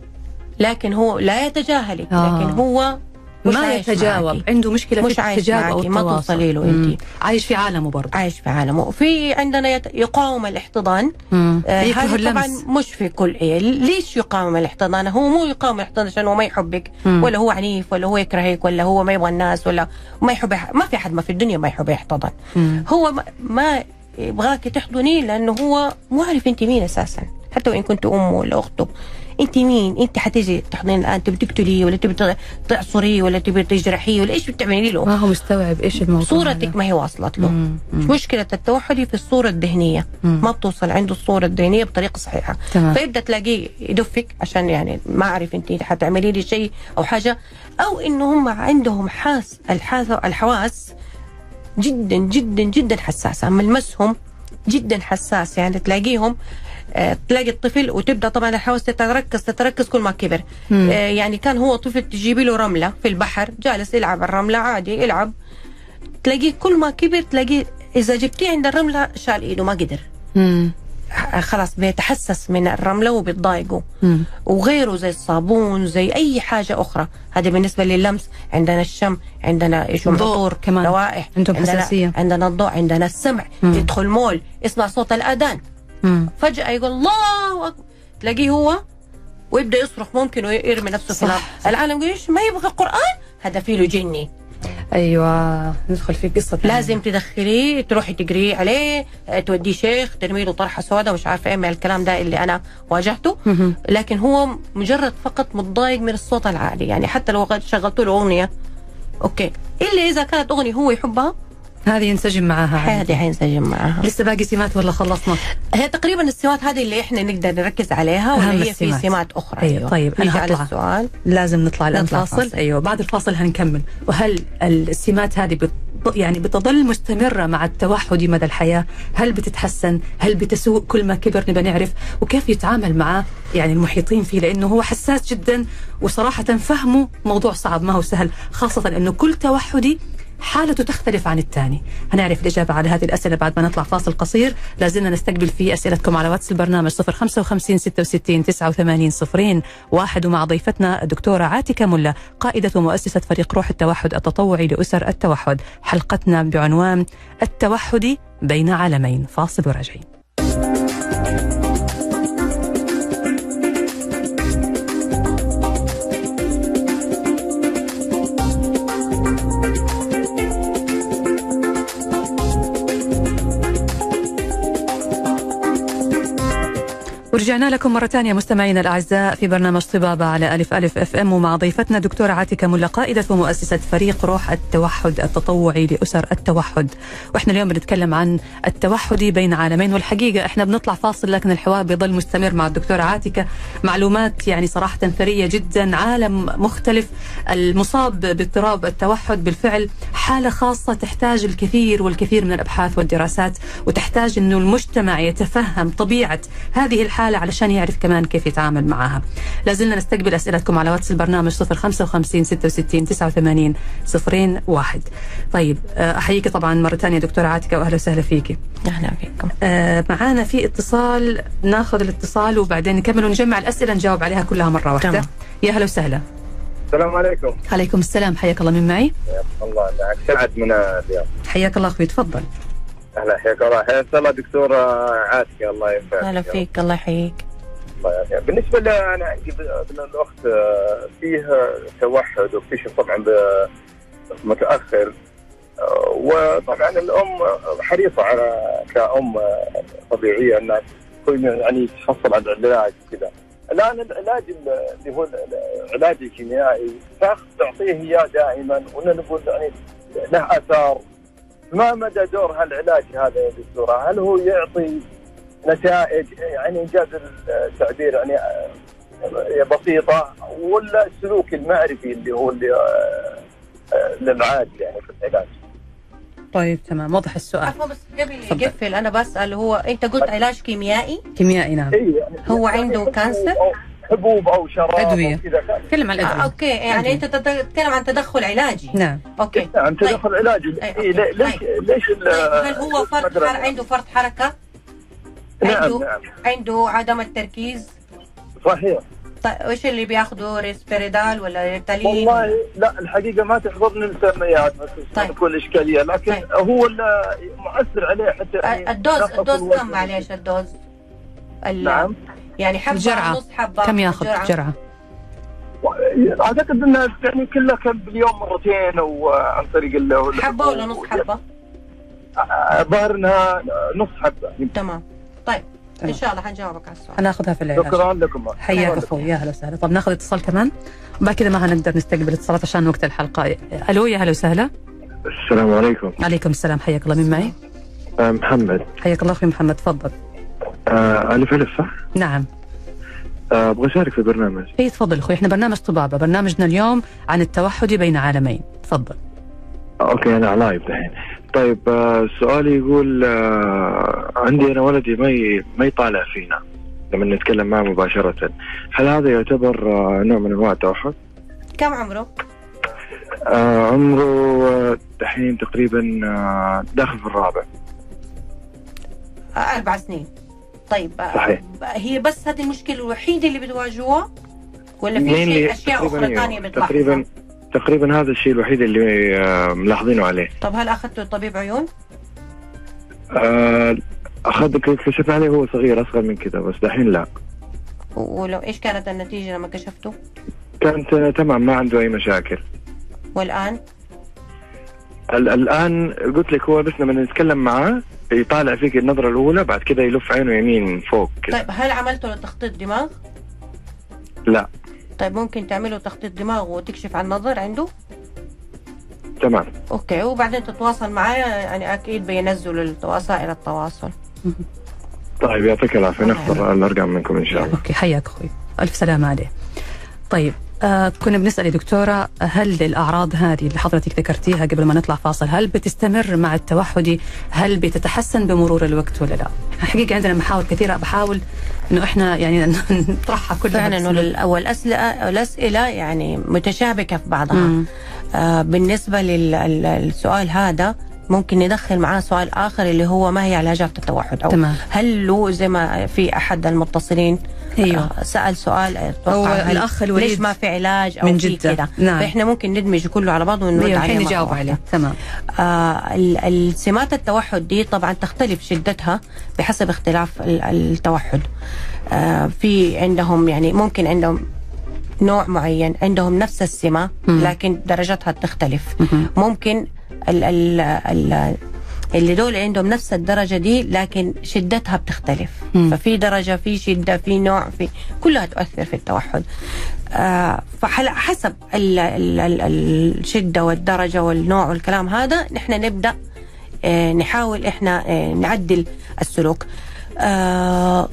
لكن هو لا يتجاهلك. آه. لكن هو ما يتجاوب معاكي. عنده مشكلة مش في التجاوب أو التواصل، ما توصلي له أنت. عايش في عالمه برضه، عايش في عالمه. في عندنا يقاوم الاحتضان. آه هذا طبعا مش في كل إيه. ليش يقاوم الاحتضان؟ هو مو يقاوم الاحتضان عشان هو ما يحبك، مم. ولا هو عنيف، ولا هو يكرهك، ولا هو ما يبغى الناس، ولا ما يحب. ما في حد ما في الدنيا ما يحب يحتضن. مم. هو ما يبغاك تحضنيه لأنه هو مو عارف أنت مين أساسا، حتى وإن كنت أمه ولا أخته. أنت مين؟ أنت حتيجي تحضنين الآن تبي تقتليه ولا تبي تعصريه ولا تبي تجرحيه ولا إيش بتعملي له؟ ما هو مستوعب إيش الموضوع. صورتك هذا. ما هي واصلت له. مم. مم. مشكلة التوحدي في الصورة الذهنية. مم. ما بتوصل عنده الصورة الذهنية بطريقة صحيحة. تمام. فيبدأ تلاقيه يدفك عشان يعني ما أعرف أنت حتعملي لي شيء أو حاجة، أو إنه هم عندهم حاس الحاس الحواس جدا جدا جدا حساسة، ملمسهم جدا حساس. يعني تلاقيهم آه تلاقي الطفل وتبدا طبعا الحواس تتركز تتركز كل ما كبر. آه يعني كان هو طفل تجيبي له رمله في البحر جالس يلعب الرمله عادي يلعب، تلاقيه كل ما كبر تلاقيه اذا جبتيه عند الرمله شال ايده ما قدر. مم. خلاص بيتحسس من الرمله وبيتضايقوا. وغيره زي الصابون زي اي حاجه اخرى. هذا بالنسبه لللمس. عندنا الشم، عندنا ايش عطور كمان، روائح، عندهم حساسيه، عندنا الضوء، عندنا السمع. مم. يدخل مول يسمع صوت الاذان، مم. فجاه يقول الله أكبر، تلاقيه هو ويبدا يصرخ ممكن ويرمي نفسه في الارض. العالم يقول ايش ما يبغى القران، هذا فيه له جني. ايوه ندخل في قصه لازم تدخليه تروحي تقري عليه، توديه شيخ، ترمي له طرحه سوداء مش عارفه ايه من الكلام ده اللي انا واجهته. لكن هو مجرد فقط متضايق من الصوت العالي. يعني حتى لو شغلت له اغنيه اوكي، الا اذا كانت اغنيه هو يحبها هذه ينسجم معها، هذه حينسجم معها. لسه باقي سمات ولا خلصنا؟ هي تقريبا السمات هذه اللي احنا نقدر نركز عليها، ولا هي في سمات اخرى؟ أيوة. أيوة. طيب انا هطلع السؤال، لازم نطلع الان فاصل. ايوه بعد الفاصل هنكمل. وهل السمات هذه بت... يعني بتظل مستمره مع التوحدي مدى الحياه؟ هل بتتحسن؟ هل بتسوء كل ما كبر؟ نبى نعرف وكيف يتعامل معاه يعني المحيطين فيه، لانه هو حساس جدا وصراحه فهمه موضوع صعب ما هو سهل، خاصه انه كل توحدي حالته تختلف عن الثاني. هنعرف الإجابة على هذه الأسئلة بعد ما نطلع فاصل قصير. لازلنا نستقبل فيه أسئلتكم على واتس البرنامج صفر خمسة وخمسين ستة وستين تسعة وثمانين صفرين واحد، ومع ضيفتنا الدكتورة عاتكة ملا قائدة ومؤسسة فريق روح التوحد التطوعي لأسر التوحد. حلقتنا بعنوان التوحدي بين عالمين. فاصل وراجعين. ورجعنا لكم مرة ثانية مستمعينا الأعزاء في برنامج طبابة على ألف ألف اف ام، ومع ضيفتنا دكتورة عاتكة ملا، قائدة ومؤسسة فريق روح التوحد التطوعي لأسر التوحد. وإحنا اليوم بنتكلم عن التوحد بين عالمين، والحقيقة إحنا بنطلع فاصل لكن الحوار بيضل مستمر مع الدكتورة عاتكة. معلومات يعني صراحة ثرية جدا، عالم مختلف. المصاب باضطراب التوحد بالفعل حالة خاصة تحتاج الكثير والكثير من الأبحاث والدراسات، وتحتاج إنه المجتمع يتفهم طبيعة هذه الحالة علشان يعرف كمان كيف يتعامل معها. لازلنا نستقبل أسئلتكم على واتس البرنامج صفر خمسة وخمسين ستة وستين تسعة وثمانين صفرين واحد. طيب أحييك طبعا مرة ثانية دكتورة عاتكة، وأهلا وسهلا فيك. أهلا فيكم. آه معانا في اتصال، ناخذ الاتصال وبعدين نكمل ونجمع الأسئلة نجاوب عليها كلها مرة واحدة. تمام. يا أهلا وسهلا. السلام عليكم. عليكم السلام، حياك الله. من معي؟ الله معك سعد من الرياض. حياك الله أخوي، تفضل. أهلا، حياك الله. حياك الله دكتورة عاتكة، الله ينفعك. أهلا فيك، الله يحييك. الله يعافيك. بالنسبة لي أنا عندي ابن الأخت فيه توحد واكتشف طبعا متأخر، وطبعا الأم حريصة على كأم طبيعية أنها يعني تحصل على العلاج كذا. الآن العلاج اللي هو العلاج الكيميائي تعطيه إياه دائما، ونقول يعني له آثار. ما مدى دور هالعلاج هذا يا دكتورة؟ هل هو يعطي نتائج يعني إنجاز التعبير يعني بسيطة، ولا السلوك المعرفي اللي هو اللي للعاج يعني في العلاج؟ طيب تمام، واضح السؤال. عفوا بس قبل يقفل أنا بسأل، هو أنت قلت علاج كيميائي؟ كيميائي نعم. إيه يعني هو عنده كانسر؟ حبوب أو شراب أدوية. تكلم عن الأدوية. آه، أوكي، يعني أدوية. أنت تتكلم عن تدخل علاجي. نعم. أوكي. نعم، تدخل طيب. علاجي. إيه ليش ليش هل هو فرط حر... عنده فرط حركة؟ نعم عنده نعم. عنده عدم التركيز؟ صحيح. طيب وإيش اللي بياخده، ريسبيريدال ولا ريتالين؟ والله لا، الحقيقة ما تحضرني المسميات بس طيب. تكون إشكالية، لكن طيب. هو اللي مؤثر عليه حتى يعني الدوز الدوز كم معليش الدوز؟ نعم. يعني حبة الجرعة. نص حبة كم ياخذ جرعة؟ أعتقد أنه يعني كلها كم باليوم مرتين، وعن طريق ال حبة ولا نص حبة؟ ظاهر إنها نص حبة. تمام. طيب تمام. إن شاء الله حنجاوبك على السؤال. هناخذها في العلاج. شكرا لكم. حياك أخوي، يا هلا وسهلا. طب ناخذ اتصال كمان وبعد كذا ما هنقدر نستقبل اتصالات عشان وقت الحلقة. ألو، يا هلا وسهلا. السلام عليكم. عليكم السلام، حياك الله. من معي؟ آه محمد. حياك الله أخوي محمد، تفضل. آه ألف ألف صح؟ نعم. آه أبغى أشارك في البرنامج. إيه تفضل أخوي، إحنا برنامج طبابة، برنامجنا اليوم عن التوحد بين عالمين. تفضل. آه أوكي، أنا لايف دحين. طيب آه سؤالي يقول آه عندي أنا ولدي ما ما يطالع فينا لما نتكلم معه مباشرة، هل هذا يعتبر آه نوع من أنواع التوحد؟ كم عمره؟ آه عمره دحين تقريبا آه داخل في الرابع. آه أربع سنين. طيب صحيح. هي بس هذه المشكلة الوحيدة اللي بتواجهوها ولا في شيء أشياء أخرى ثانية بتلاحظها؟ تقريبا تقريبا هذا الشيء الوحيد اللي آه ملاحظينه عليه. طب هل أخذته طبيب عيون؟ آه أخذ كشفنا عليه وهو صغير، أصغر من كذا، بس دحين لا. ولو إيش كانت النتيجة لما كشفته؟ كانت تمام، ما عنده أي مشاكل. والآن؟ الآن قلت لك هو بس لما نتكلم معاه يطالع فيك النظرة الأولى، بعد كده يلف عينه يمين فوق كده. طيب هل عملتوا له تخطيط دماغ؟ لا. طيب ممكن تعملوا تخطيط دماغ وتكشف عن النظر عنده؟ تمام. اوكي، وبعدين تتواصل معاه، يعني اكيد بينزلوا وسائل التواصل. طيب يعطيك العافية، نختار الأرقام منكم إن شاء الله. اوكي، حياك أخوي، ألف سلامة عليه. طيب آه كنا بنسأل يا دكتورة، هل الأعراض هذه اللي حضرتك ذكرتيها قبل ما نطلع فاصل هل بتستمر مع التوحدي؟ هل بتتحسن بمرور الوقت ولا لا؟ حقيقة عندنا محاور كثيرة، بحاول إنه إحنا يعني نطرحها كلها. فعلا، والأسئلة الأسئلة يعني متشابكة في بعضها. آه بالنسبة للسؤال هذا ممكن ندخل معاه سؤال آخر اللي هو ما هي علاجات التوحد، أو تمام. هل له زي ما في أحد المتصلين أيوه. سأل سؤال هو الأخ الوليد ليش ما في علاج أو من في جدة. كده. نعم. فإحنا ممكن ندمج كله على بعضه ونرد أيوه. عليه نجاوب عليه. تمام. آه السمات التوحد دي طبعا تختلف شدتها بحسب اختلاف التوحد. آه في عندهم يعني ممكن عندهم نوع معين عندهم نفس السمة لكن درجتها تختلف. ممكن ال ال ال اللي دول عندهم نفس الدرجة دي لكن شدتها بتختلف. م. ففي درجة، في شدة، في نوع، في كلها تؤثر في التوحد. آه فحسب ال ال ال الشدة والدرجة والنوع والكلام هذا نحن نبدأ آه نحاول إحنا آه نعدل السلوك. آه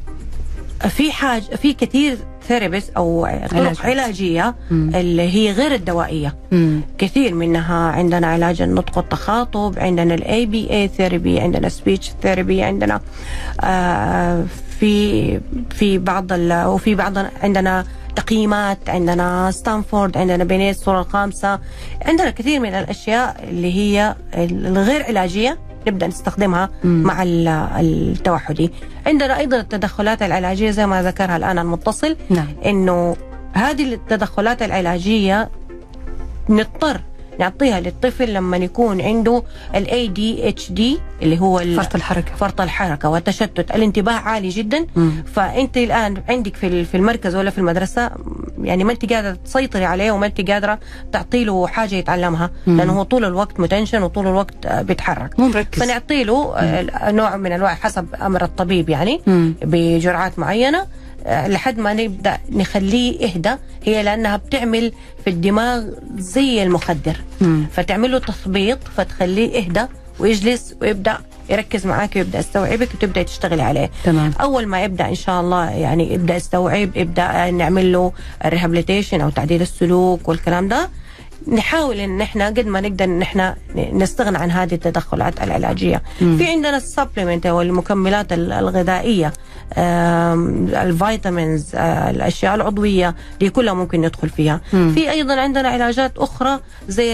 في حاجة في كثير ثيرابيست أو طرق علاجية مم. اللي هي غير الدوائية. مم. كثير منها عندنا علاج النطق والتخاطب، عندنا الاي بي اي ثيرابي، عندنا سبيتش ثيرابي، عندنا آه في في بعض وفي بعض عندنا تقييمات، عندنا ستانفورد، عندنا بينيت الصورة الخامسة، عندنا كثير من الأشياء اللي هي الغير علاجية نبدأ نستخدمها مم. مع التوحدي. عندنا أيضا التدخلات العلاجية زي ما ذكرها الآن المتصل. نعم. إنه هذه التدخلات العلاجية نضطر نعطيها للطفل لما يكون عنده ال إيه دي إتش دي اللي هو فرط الحركة فرط الحركة والتشتت، الانتباه عالي جدا. مم. فأنت الآن عندك في في المركز ولا في المدرسة يعني ما أنت قادرة تسيطري عليه وما أنت قادرة تعطي له حاجة يتعلمها. مم. لأنه هو طول الوقت متنشن وطول الوقت بيتحرك، مو مركز. فنعطي له نوع من الوعي حسب أمر الطبيب يعني. مم. بجرعات معينة لحد ما نبدأ نخليه يهدى، هي لأنها بتعمل في الدماغ زي المخدر. مم. فتعمل له تثبيط فتخليه يهدى ويجلس ويبدأ يركز معاك ويبدأ يستوعبك وتبدأ تشتغلي عليه. تمام. أول ما يبدأ إن شاء الله يعني يبدأ يستوعب، يبدأ نعمل له الريهابيليتيشن أو تعديل السلوك والكلام ده. نحاول ان احنا قد ما نقدر ان احنا نستغنى عن هذه التدخلات العلاجيه. مم. في عندنا السبلمنت او المكملات الغذائيه، الفيتامينز، الاشياء العضويه دي كلها ممكن ندخل فيها. مم. في ايضا عندنا علاجات اخرى زي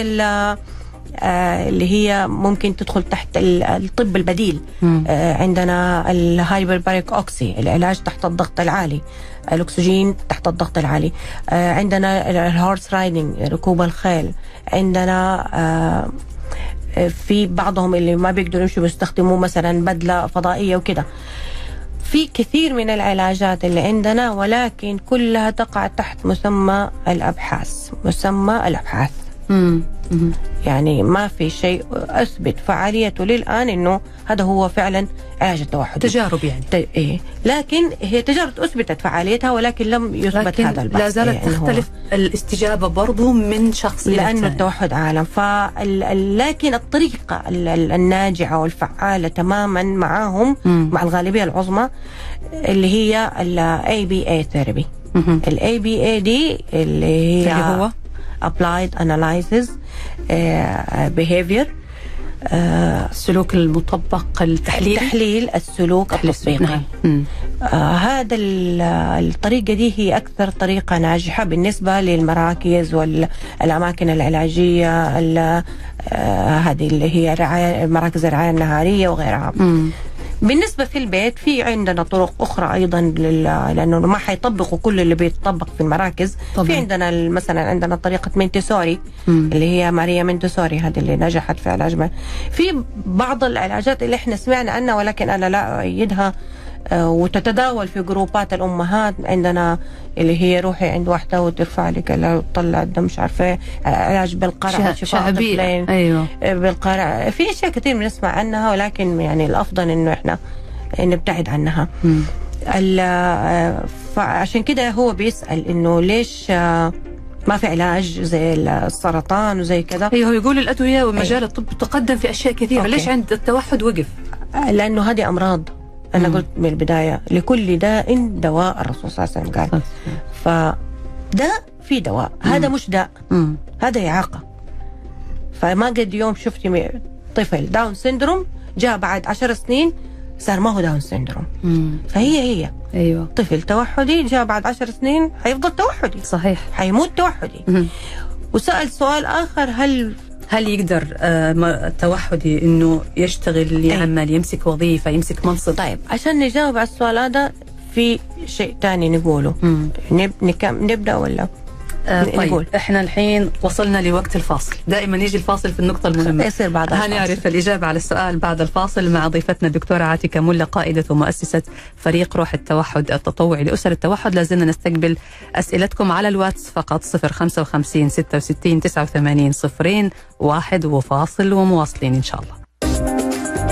اللي هي ممكن تدخل تحت الطب البديل. مم. عندنا الهايبرباريك اوكسي، العلاج تحت الضغط العالي، الأكسجين تحت الضغط العالي. آه عندنا الهورس رايدنج، ركوب الخيل. عندنا آه في بعضهم اللي ما بيقدروا يمشوا بيستخدموا مثلا بدلة فضائية وكده. في كثير من العلاجات اللي عندنا ولكن كلها تقع تحت مسمى الأبحاث، مسمى الأبحاث. مم. يعني ما في شيء أثبت فعاليته للآن إنه هذا هو فعلا علاج التوحد. تجارب يعني. ت... إيه. لكن هي تجارب أثبتت فعاليتها ولكن لم يثبت لكن هذا البحث. لا زالت إيه تختلف الاستجابة برضو من شخص لأنه التوحد عالم. فال... لكن الطريقة الناجعة والفعالة تماما معهم م. مع الغالبية العظمى اللي هي ال إيه بي إيه ثيرابي. ال إيه بي إيه دي اللي هي اللي هو Applied Analysis uh, Behavior، السلوك uh, المطبق التحليلي، تحليل السلوك التطبيقي. نعم. uh, هذا الطريقة دي هي أكثر طريقة ناجحة بالنسبة للمراكز والأماكن العلاجية uh, هذه اللي هي رعاية مراكز الرعاية النهارية وغيرها. م. بالنسبة في البيت في عندنا طرق أخرى أيضا لأنه ما حيطبقوا كل اللي بيتطبق في المراكز. طبعا. في عندنا مثلا عندنا طريقة مينتسوري اللي هي ماريا مينتسوري، هذه اللي نجحت في علاج ما. في بعض العلاجات اللي احنا سمعنا عنها ولكن أنا لا أؤيدها وتتداول في جروبات الأمهات. عندنا اللي هي روحي عند واحدة وترفع لك وتطلع الدم مش عارفة، علاج بالقرع، شفاء طفلين. أيوة. بالقرع. في أشياء كثير بنسمع عنها ولكن يعني الأفضل إنه إحنا نبتعد عنها. فعشان كده هو بيسأل إنه ليش ما في علاج زي السرطان وزي كذا. أيوه يقول الأدوية ومجال الطب تقدم في أشياء كثيرة. أوكي. ليش عند التوحد وقف؟ لأنه هذه أمراض. أنا قلت من البداية لكل داء دواء، الرسول صلى الله عليه وسلم قال. فده في دواء، هذا مش داء، هذا إعاقة. فما قد يوم شفتي طفل داون سيندروم جاء بعد عشر سنين صار ما هو داون سيندروم. مم. فهي هي أيوة. طفل توحدي جاء بعد عشر سنين حيفضل توحدي. صحيح. حيموت توحدي. مم. وسأل سؤال آخر، هل هل يقدر التوحدي انه يشتغل يعمل يمسك وظيفه يمسك منصب؟ طيب عشان نجاوب على السؤال هذا في شيء تاني نقوله. نب... نكم... نبدأ ولا آه طيب نقول. احنا الحين وصلنا لوقت الفاصل، دائما يجي الفاصل في النقطة المهمة. يصير بعد الفاصل. هنعرف الإجابة على السؤال بعد الفاصل مع ضيفتنا الدكتورة عاتكة ملا، قائدة ومؤسسة فريق روح التوحد التطوعي لأسر التوحد. لازلنا نستقبل أسئلتكم على الواتس فقط صفر خمسة وخمسين ستة وستين تسعة وثمانين صفرين واحد، وفاصل ومواصلين إن شاء الله.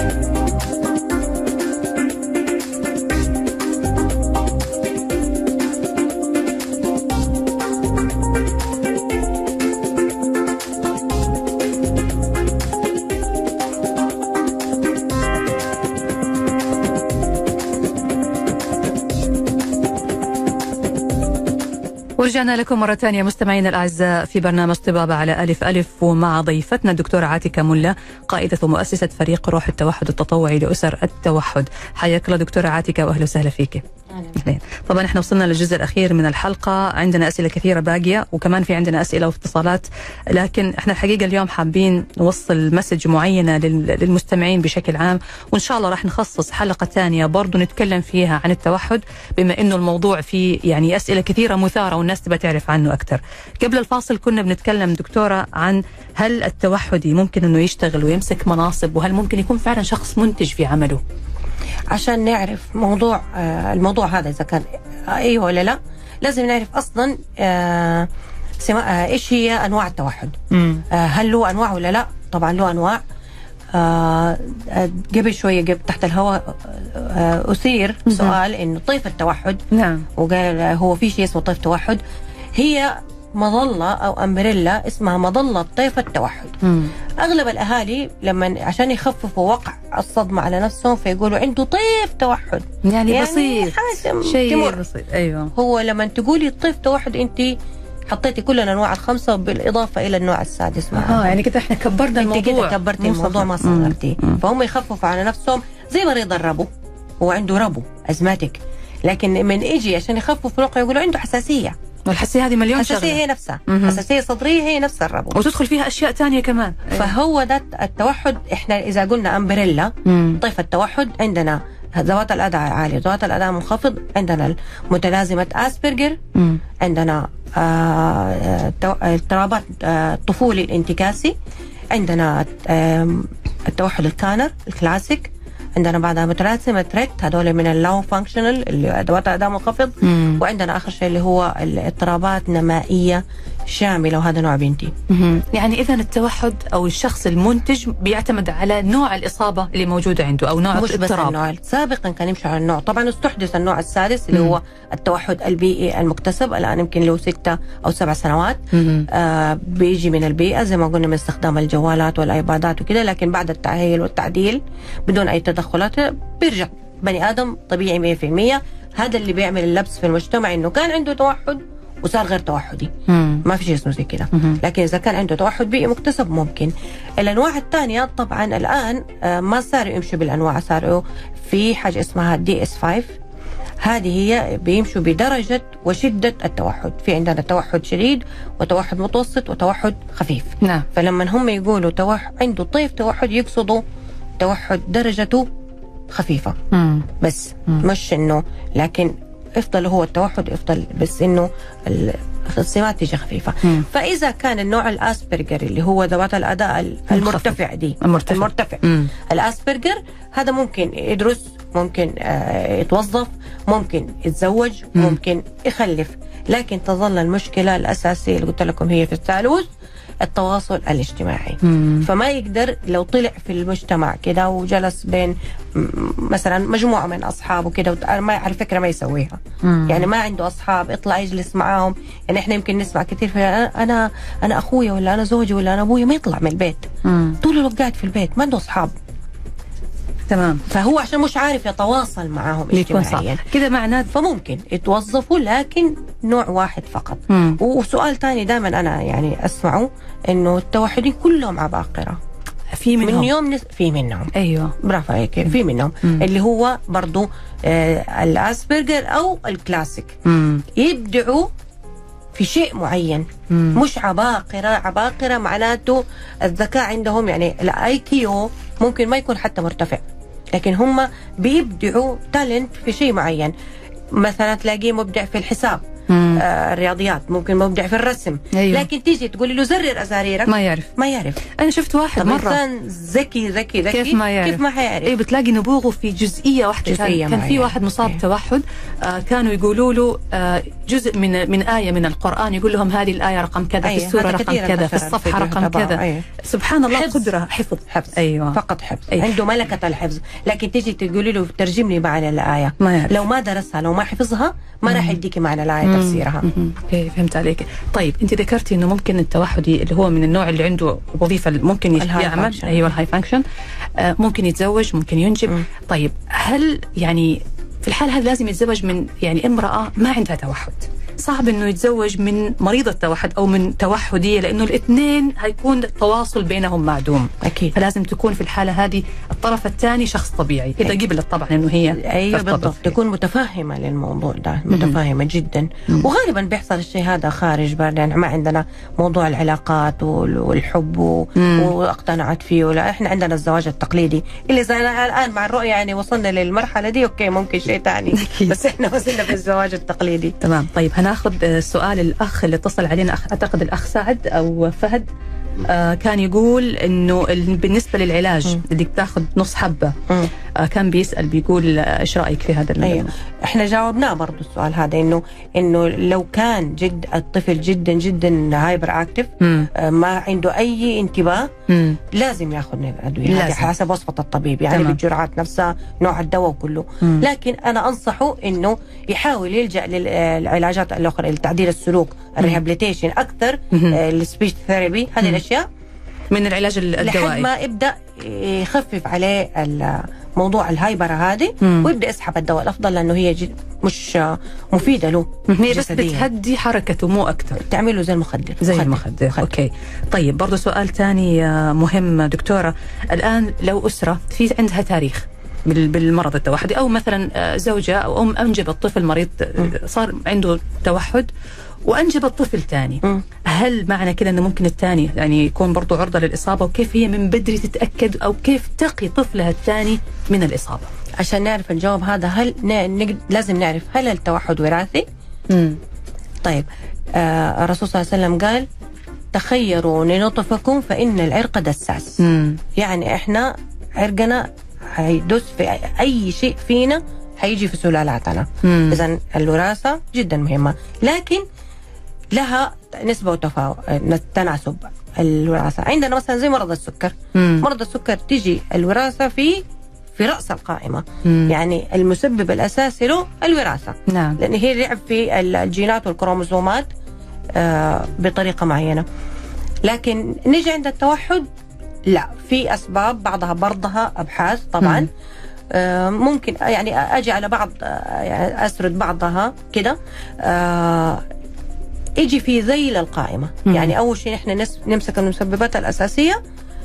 ورجعنا لكم مرة ثانية مستمعينا الأعزاء في برنامج طبابة على ألف ألف، ومع ضيفتنا الدكتورة عاتكة ملا، قائدة ومؤسسة فريق روح التوحد التطوعي لأسر التوحد. حياك الله دكتورة عاتكة وأهلا وسهلا فيك. أهلا. طبعا احنا وصلنا للجزء الأخير من الحلقة، عندنا أسئلة كثيرة باقية وكمان في عندنا أسئلة واتصالات، لكن احنا الحقيقة اليوم حابين نوصل مسج معينة للمستمعين بشكل عام، وإن شاء الله راح نخصص حلقة ثانية برضو نتكلم فيها عن التوحد، بما إنه الموضوع فيه يعني أسئلة كثيرة مثارة والناس تبى تعرف عنه أكثر. قبل الفاصل كنا بنتكلم دكتورة عن هل التوحدي ممكن إنه يشتغل ويمسك مناصب، وهل ممكن يكون فعلا شخص منتج في عمله؟ عشان نعرف موضوع آه الموضوع هذا إذا كان أيوه ولا لا، لازم نعرف أصلا آه سما... آه إيش هي أنواع التوحد. آه هل له أنواع ولا لا؟ طبعا له أنواع. آه قبل شوية قبل تحت الهواء آه أثير سؤال إنه طيف التوحد. نعم. وقال هو في شيء اسمه طيف توحد. هي مظلة أو أمبريلا اسمها مظلة طيف التوحد. مم. أغلب الأهالي لما عشان يخففوا وقع الصدمة على نفسهم فيقولوا عنده طيف توحد، يعني, يعني بسيط، شيء بسيط. أيوة. هو لما تقولي طيف توحد أنت حطيتي كل الأنواع الخمسة بالإضافة إلى النوع السادس معها. آه يعني كده إحنا كبرنا الموضوع، كده كبرتي الموضوع ما صغرتيه. فهم يخففوا على نفسهم زي مريض الربو، هو عنده ربو أزماتيك، لكن من إيجي عشان يخففوا الوقع يقولوا عنده حساسية. والحساسية هذه مليون شغلة. حساسية هي نفسها، مم. حساسية صدرية هي نفس الربو، وتدخل فيها أشياء تانية كمان. فهو ده التوحد. إحنا إذا قلنا أمبريلا طيف التوحد، عندنا ذوات الأداء عالي، ذوات الأداء منخفض، عندنا متلازمة أسبرجر، مم. عندنا اضطرابات آه الطفولي الانتكاسي، عندنا آه التوحد الكانر الكلاسيك، عندنا بعدها متلازمة ريت، هذول من اللو فانكشنال اللي ذوات الأداء منخفض، وعندنا آخر شيء اللي هو الاضطرابات نمائية شاملة، وهذا نوع بنتي. يعني إذا التوحد أو الشخص المنتج بيعتمد على نوع الإصابة اللي موجودة عنده أو نوع الاضطراب. سابقا كان يمشي على النوع، طبعا استحدث النوع السادس اللي هو التوحد البيئي المكتسب، الآن يمكن له ستة أو سبع سنوات. آه بيجي من البيئة زي ما قلنا، من استخدام الجوالات والآيبادات وكذا، لكن بعد التأهيل والتعديل بدون أي تدخلات بيرجع بني آدم طبيعي مية في المية. هذا اللي بيعمل اللبس في المجتمع، إنه كان عنده توحد وصار غير توحدي، مم. ما في شيء اسمه زي كده. لكن إذا كان عنده توحد بيئي مكتسب ممكن. الأنواع الثانية طبعا الآن ما صاروا يمشوا بالأنواع، صاروا في حاجة اسمها دي اس خمسة، هذه هي بيمشوا بدرجة وشدة التوحد. في عندنا توحد شديد وتوحد متوسط وتوحد خفيف. نعم. فلما هم يقولوا توحد عنده طيف توحد يقصدوا توحد درجته خفيفة. مم. بس مم. مش إنه، لكن افضل هو التوحد افضل، بس انه السمات تيجي خفيفه. مم. فاذا كان النوع الاسبرجر اللي هو ذوات الاداء المرتفع دي المرتفع, المرتفع. الاسبرجر هذا ممكن يدرس، ممكن آه يتوظف، ممكن يتزوج، مم. ممكن يخلف، لكن تظل المشكله الاساسيه اللي قلت لكم هي في الثالوث التواصل الاجتماعي. مم. فما يقدر لو طلع في المجتمع كده وجلس بين مثلا مجموعة من أصحابه كده، ما على فكرة ما يسويها. مم. يعني ما عنده أصحاب يطلع يجلس معاهم. يعني إحنا يمكن نسمع كثير في أنا أنا أخويا ولا أنا زوجي ولا أنا أبويا ما يطلع من البيت. مم. طول الوقت قاعد في البيت ما عنده أصحاب. تمام. فهو عشان مش عارف يتواصل معاهم اجتماعيا كده معناه فممكن يتوظفوا، لكن نوع واحد فقط. مم. وسؤال تاني دائما أنا يعني أسمعه إنه التوحدين كلهم عباقرة. في منهم من يوم نس... في منهم ايوه برافو عليك، في منهم مم. اللي هو برضو آه الاسبرجر او الكلاسيك. مم. يبدعوا في شيء معين. مم. مش عباقرة. عباقرة معناته الذكاء عندهم يعني الاي كيو ممكن ما يكون حتى مرتفع، لكن هم بيبدعوا تالنت في شيء معين. مثلا تلاقيه مبدع في الحساب، آه الرياضيات، ممكن مبدع في الرسم. أيوة. لكن تيجي تقولي له زرر أزاريرك ما يعرف ما يعرف. أنا شفت واحد مرة إنسان ذكي ذكي ذكي كيف ما يعرف كيف ما حيعرف. إيه، بتلاقي نبوغه في جزئية واحدة. جزئية كان, كان في واحد مصاب أيه. توحد، آه كانوا يقولوا له آه جزء من من آية من القرآن، يقول لهم هذه الآية رقم كذا، أيه. في السورة رقم كذا، في الصفحة رقم كذا. أيه. سبحان الله، حفظ. قدرة حفظ حفظ أيوة. فقط حفظ. أيه. عنده ملكة الحفظ. لكن تيجي تقولي له ترجم لي معنى الآية، ما يعرف. لو ما درسها لو ما حفظها ما راح يديكي معنى الآية مم. تفسيرها. اوكي، فهمت عليك. طيب انت ذكرتي انه ممكن التوحدي اللي هو من النوع اللي عنده وظيفه ممكن يعمل، ايوه الهاي فانكشن، آه ممكن يتزوج، ممكن ينجب. مم. طيب هل يعني في الحال هذا لازم يتزوج من يعني امراه ما عندها توحد؟ صعب انه يتزوج من مريضة توحد او من توحدية، لانه الاثنين هيكون التواصل بينهم معدوم. اكيد. فلازم تكون في الحالة هذه الطرف الثاني شخص طبيعي، اذا قبلت طبعا انه هي ايوه بالضبط، تكون متفهمة للموضوع ده، متفهمة م- جدا. م- وغالبا بيحصل الشيء هذا خارج برد، يعني ما عندنا موضوع العلاقات والحب و... واقتنعت فيه، ولا احنا عندنا الزواج التقليدي اللي زي الان مع الرؤية يعني وصلنا للمرحلة دي، اوكي ممكن شيء ثاني بس احنا وصلنا في الزواج التقليدي. تمام. طيب هناخذ سؤال الأخ اللي اتصل علينا، أعتقد الأخ سعد أو فهد. آه كان يقول إنه بالنسبة للعلاج بدك تاخذ نص حبة. آه كان بيسأل بيقول إيش رأيك في هذا؟ أيوة. إحنا جاوبناه برضو السؤال هذا، إنه إنه لو كان جد الطفل جدا جدا هايبر أكتف، آه ما عنده أي انتباه، مم. لازم ياخذ الأدوية هذه حسب وصفة الطبيب، يعني تمام. بالجرعات نفسها، نوع الدواء كله. مم. لكن أنا أنصحه إنه يحاول يلجأ للعلاجات الأخرى، لتعديل السلوك، الريهابليتيشن أكثر، السبيش ثيرابي، هذه الأشياء من العلاج الدوائي لحد ما يبدأ يخفف عليه موضوع الهايبرة هذه، ويبدأ يسحب الدواء الأفضل، لأنه هي جد مش مفيدة له، هي بس بتهدي حركته مو أكتر، تعمله زي المخدر زي مخدر. المخدر. مخدر. أوكي. طيب برضو سؤال تاني مهم دكتورة، الآن لو أسرة في عندها تاريخ بالمرض التوحدي، أو مثلا زوجة أو أم أنجبت طفل مريض صار عنده توحد وأنجبت طفل تاني، م. هل معنى كده أنه ممكن الثاني يعني يكون برضو عرضة للإصابة؟ وكيف هي من بدري تتأكد أو كيف تقي طفلها الثاني من الإصابة؟ عشان نعرف الجواب هذا، هل ن... لازم نعرف هل التوحد وراثي؟ م. طيب آه الرسول صلى الله عليه وسلم قال تخيروا لنطفكم فإن العرق دساس. م. يعني إحنا عرقنا هيدوس في أي شيء فينا، هيجي في سلالاتنا. إذن الوراثة جدا مهمة، لكن لها نسبة وتفاوت تناسب. الوراثة عندنا مثلا زي مرض السكر، مم. مرض السكر تيجي الوراثة في في رأس القائمة. مم. يعني المسبب الأساسي له الوراثة. نعم. لأن هي لعب في الجينات والكروموسومات آه بطريقة معينة. لكن نيجي عند التوحد لا، في أسباب، بعضها برضها أبحاث طبعا. مم. آه ممكن يعني أجي على بعض، يعني أسرد بعضها كده. آه يجي في ذيل القائمة. مم. يعني أول شيء إحنا نمسك المسببات الأساسية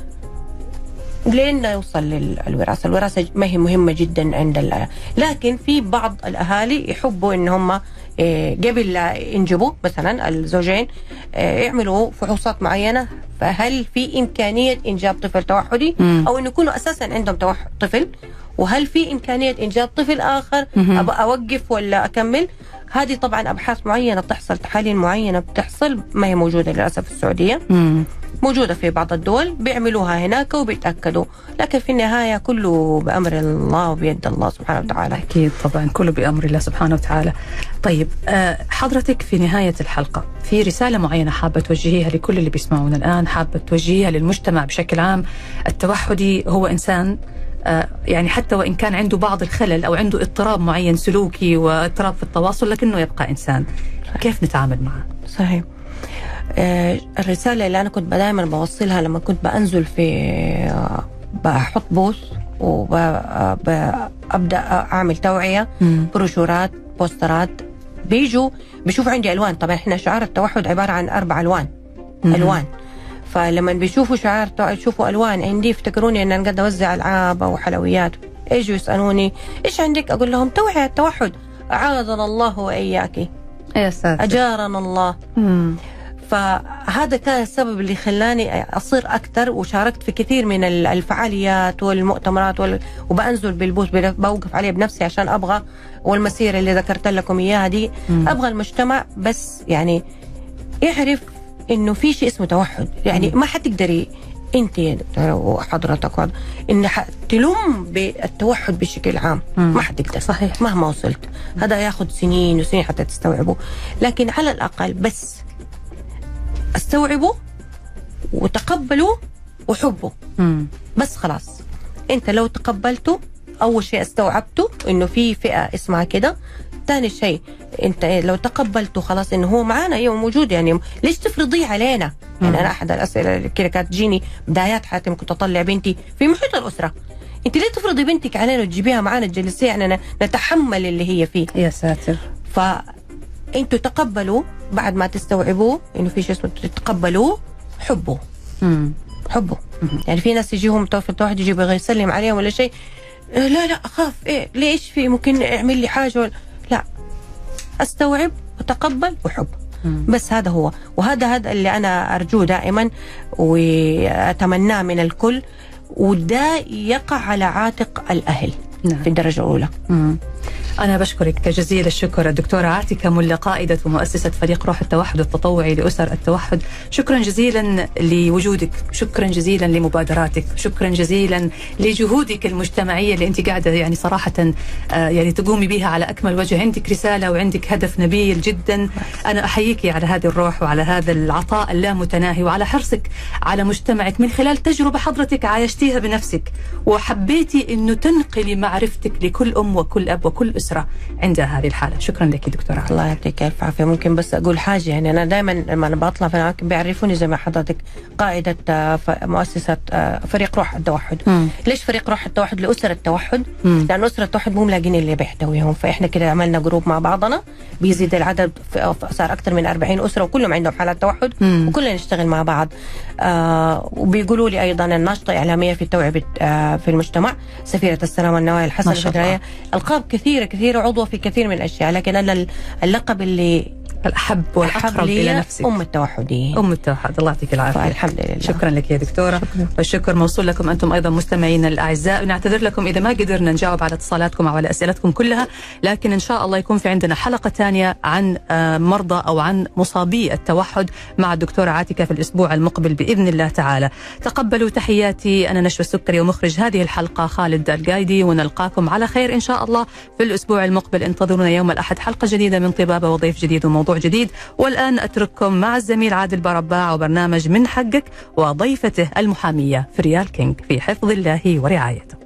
لين يوصل للوراثة. الوراثة ما هي مهمة جدا عند الأهالي، لكن في بعض الأهالي يحبوا إن هم قبل لا ينجبوا مثلا الزوجين يعملوا فحوصات معينة، فهل في إمكانية إنجاب طفل توحدي؟ مم. أو إنه يكونوا أساسا عندهم توحد طفل، وهل في إمكانية إنجاب طفل آخر؟ أبغى أوقف ولا أكمل؟ هذه طبعا أبحاث معينة بتحصل، تحاليل معينة بتحصل، ما هي موجودة للأسف في السعودية. مم. موجودة في بعض الدول بيعملوها هناك وبيتأكدوا، لكن في النهاية كله بأمر الله وبيد الله سبحانه وتعالى. أكيد طبعا كله بأمر الله سبحانه وتعالى. طيب حضرتك في نهاية الحلقة في رسالة معينة حابة توجهيها لكل اللي بيسمعونا الآن، حابة توجهيها للمجتمع بشكل عام؟ التوحدي هو إنسان يعني حتى وإن كان عنده بعض الخلل أو عنده اضطراب معين سلوكي واضطراب في التواصل، لكنه يبقى إنسان. كيف نتعامل معه؟ صحيح. آه الرسالة اللي أنا كنت دائما بوصلها لما كنت بأنزل في آه بحط بوث وبأبدأ أعمل توعية، بروشورات، بوسترات، بيجوا بيشوفوا عندي ألوان. طبعا إحنا شعار التوحد عبارة عن أربع ألوان. مم. ألوان. فلما بيشوفوا شعار يشوفوا ألوان عندي يفتكروني أن أنا قد أوزع ألعاب أو حلويات، يجوا يسألوني إيش عندك؟ أقول لهم توعية التوحد، أعاذنا الله وإياك، يا ساتر، أجارنا الله. مم. فهذا هذا كان السبب اللي خلاني أصير أكثر، وشاركت في كثير من الفعاليات والمؤتمرات وال... وبأنزل بالبوث بوقف عليه بنفسي عشان أبغى، والمسيرة اللي ذكرت لكم إياها دي م. أبغى المجتمع بس يعني يعرف إنه في شيء اسمه توحد. يعني م. ما حتقدري أنت يا دكتورة وحضرتك إن تلوم بالتوحد بشكل عام، م. ما حتقدر. صحيح. مهما وصلت م. هذا ياخد سنين وسنين حتى تستوعبه، لكن على الأقل بس استوعبه وتقبله وحبه. مم. بس خلاص انت لو تقبلته، اول شيء استوعبته انه في فئة اسمها كده، ثاني شيء انت لو تقبلته خلاص انه هو معانا يوم موجود. يعني ليش تفرضيه علينا؟ مم. يعني انا احد الاسئله اللي كانت تجيني بدايات حياتي ممكن اطلع بنتي في محيط الاسره، انت ليه تفرضي بنتك علينا وتجيبيها معانا تجلسيها يعني نتحمل اللي هي فيه؟ يا ساتر. فانتوا تقبلوا بعد ما تستوعبوه انه في شيء اسمه تتقبلوه، حبه. امم حبه. مم. يعني في ناس يجيهم توفى التوحد يجي يبغى يسلم عليهم ولا شيء، لا لا اخاف، ايه ليش في ممكن يعمل لي حاجه ولا لا، استوعب وتقبل وحب. مم. بس هذا هو، وهذا هذا اللي انا ارجوه دائما واتمناه من الكل، وده يقع على عاتق الاهل. نعم. في الدرجه الاولى. مم. أنا بشكرك جزيل الشكر الدكتورة عاتكة ملا، قائدة ومؤسسة فريق روح التوحد التطوعي لأسر التوحد. شكرا جزيلا لوجودك، شكرا جزيلا لمبادراتك، شكرا جزيلا لجهودك المجتمعية اللي أنت قاعدة يعني صراحة يعني تقومي بها على أكمل وجه. عندك رسالة وعندك هدف نبيل جدا. أنا أحييك على هذه الروح وعلى هذا العطاء اللامتناهي وعلى حرصك على مجتمعك من خلال تجربة حضرتك عايشتيها بنفسك، وحبيتي أنه تنقلي معرفتك لكل أم وكل أب وكل أسرة عندها هذه الحالة. شكرا لك دكتورة. الله يعطيك ألف عافية. ممكن بس أقول حاجة، يعني أنا دائما لما أنا بطلع في الأماكن بيعرفوني زي ما حضرتك قائدة مؤسسة فريق روح التوحد. مم. ليش فريق روح التوحد؟ لأسر التوحد. مم. لأن أسر التوحد مو ملاقين اللي بيحتويهم، فإحنا كده عملنا جروب مع بعضنا، بيزيد العدد، صار أكثر من أربعين أسرة وكلهم عندهم حالات توحد. مم. وكلنا نشتغل مع بعض. آه وبيقولوا لي أيضا الناشطة إعلامية في التوعية آه في المجتمع، سفيرة السلام والنوايا الحسنة الفدرية، ألقاب كثيرة كثيرة، عضوة في كثير من الأشياء، لكن أنا اللقب اللي الأحب والأقرب إلى نفسك أم التوحدية. أم التوحد. الله يعطيك العافية. الحمد لله. شكرا لك يا دكتورة. شكرا. والشكر موصول لكم أنتم أيضا مستمعين الأعزاء. نعتذر لكم إذا ما قدرنا نجاوب على اتصالاتكم أو على أسئلتكم كلها، لكن إن شاء الله يكون في عندنا حلقة ثانية عن مرضى أو عن مصابي التوحد مع الدكتورة عاتكة في الأسبوع المقبل بإذن الله تعالى. تقبلوا تحياتي، أنا نشوى السكري ومخرج هذه الحلقة خالد القايدي، ونلقاكم على خير إن شاء الله في الأسبوع المقبل. انتظرونا يوم الأحد حلقة جديدة من طبابة وضيف جديد وموضوع جديد. والآن أترككم مع الزميل عادل برباع وبرنامج من حقك وضيفته المحامية فريال كينج في حفظ الله ورعايته.